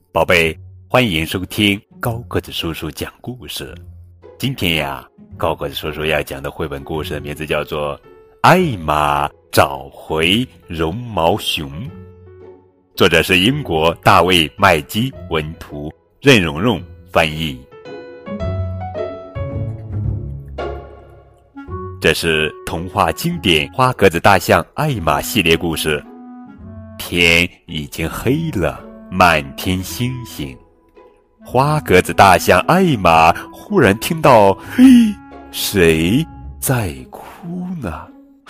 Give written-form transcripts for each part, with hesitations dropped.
宝贝，欢迎收听高个子叔叔讲故事。今天呀，高个子叔叔要讲的绘本故事的名字叫做《艾玛找回绒毛熊》，作者是英国大卫麦基文图，任蓉蓉翻译。这是童话经典花格子大象艾玛系列故事。天已经黑了，满天星星。花格子大象艾玛忽然听到，嘿，谁在哭呢？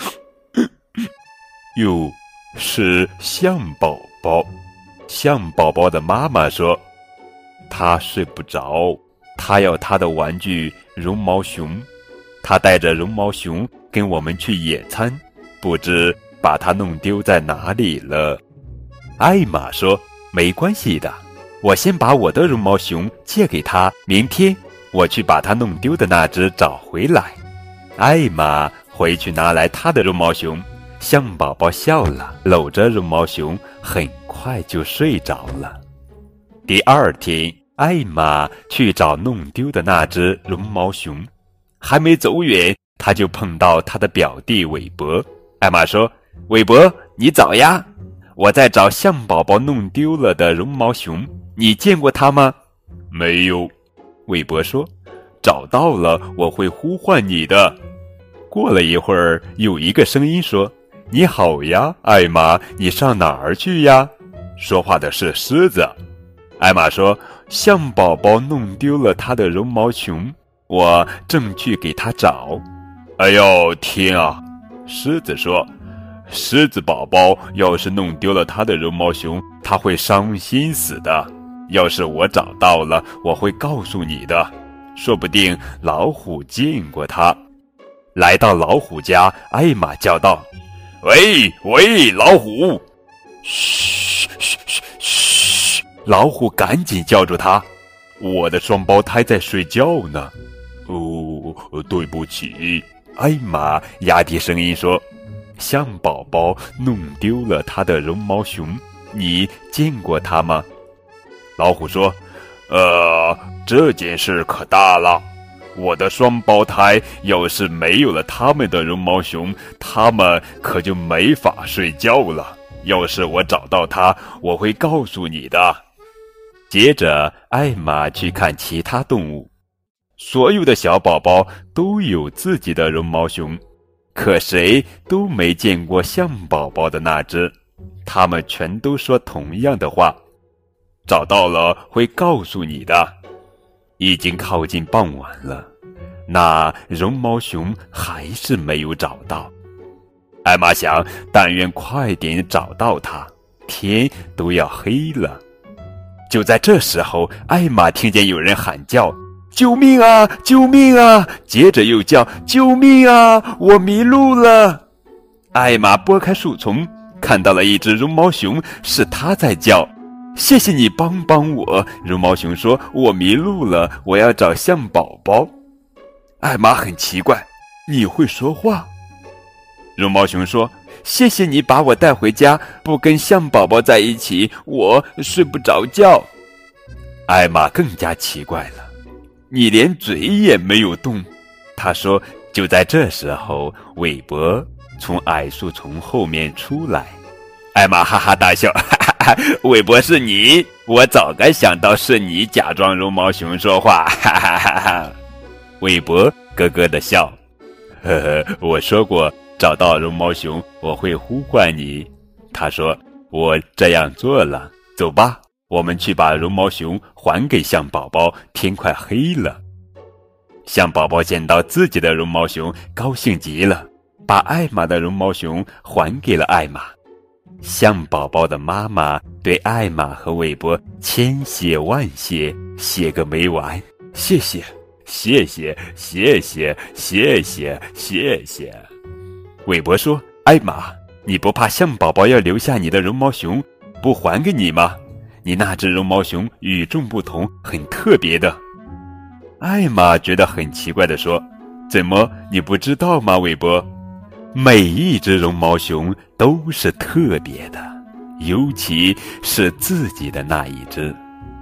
哟，是象宝宝。象宝宝的妈妈说，他睡不着，他要他的玩具绒毛熊。他带着绒毛熊跟我们去野餐，不知把它弄丢在哪里了。艾玛说，没关系的，我先把我的绒毛熊借给他，明天我去把他弄丢的那只找回来。艾玛回去拿来他的绒毛熊，象宝宝笑了，搂着绒毛熊很快就睡着了。第二天，艾玛去找弄丢的那只绒毛熊，还没走远，他就碰到他的表弟韦伯。艾玛说，韦伯，你早呀，我在找象宝宝弄丢了的绒毛熊，你见过它吗？没有，韦伯说，找到了我会呼唤你的。过了一会儿，有一个声音说，你好呀，艾玛，你上哪儿去呀？说话的是狮子。艾玛说，象宝宝弄丢了他的绒毛熊，我正去给他找。哎呦天啊，狮子说，狮子宝宝要是弄丢了他的绒毛熊，他会伤心死的。要是我找到了，我会告诉你的。说不定老虎见过他。来到老虎家，艾玛叫道，喂喂，老虎！嘘嘘嘘嘘！老虎赶紧叫住他，我的双胞胎在睡觉呢。哦，对不起，艾玛压低声音说，象宝宝弄丢了他的绒毛熊，你见过他吗？老虎说，这件事可大了。我的双胞胎要是没有了他们的绒毛熊，他们可就没法睡觉了。要是我找到他，我会告诉你的。接着，艾玛去看其他动物。所有的小宝宝都有自己的绒毛熊，可谁都没见过象宝宝的那只。他们全都说同样的话，找到了会告诉你的。已经靠近傍晚了，那绒毛熊还是没有找到。艾玛想，但愿快点找到它，天都要黑了。就在这时候，艾玛听见有人喊叫，救命啊！救命啊！接着又叫，救命啊！我迷路了。艾玛拨开树丛，看到了一只绒毛熊，是它在叫。谢谢你帮帮我，绒毛熊说，我迷路了，我要找象宝宝。艾玛很奇怪，你会说话？绒毛熊说，谢谢你把我带回家，不跟象宝宝在一起，我睡不着觉。艾玛更加奇怪了，你连嘴也没有动。他说，就在这时候，韦伯从矮树丛后面出来。艾玛哈哈大笑，哈哈哈，韦伯是你，我早该想到是你假装绒毛熊说话，哈哈哈哈。韦伯咯咯地笑，呵呵，我说过找到绒毛熊我会呼唤你。他说，我这样做了，走吧，我们去把绒毛熊还给象宝宝，天快黑了。象宝宝见到自己的绒毛熊，高兴极了，把艾玛的绒毛熊还给了艾玛。象宝宝的妈妈对艾玛和韦伯千谢万谢，谢个没完。谢谢，谢谢，谢谢，谢谢，谢谢。韦伯说，艾玛，你不怕象宝宝要留下你的绒毛熊不还给你吗？你那只绒毛熊与众不同，很特别的。艾玛觉得很奇怪地说，怎么你不知道吗，韦伯？每一只绒毛熊都是特别的，尤其是自己的那一只。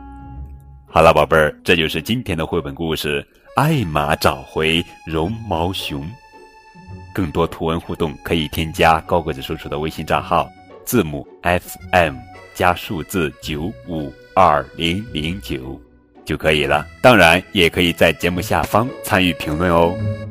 好了，宝贝儿，这就是今天的绘本故事《艾玛找回绒毛熊》。更多图文互动可以添加高个子叔叔的微信账号，字母 FM 加数字9520009就可以了。当然，也可以在节目下方参与评论哦。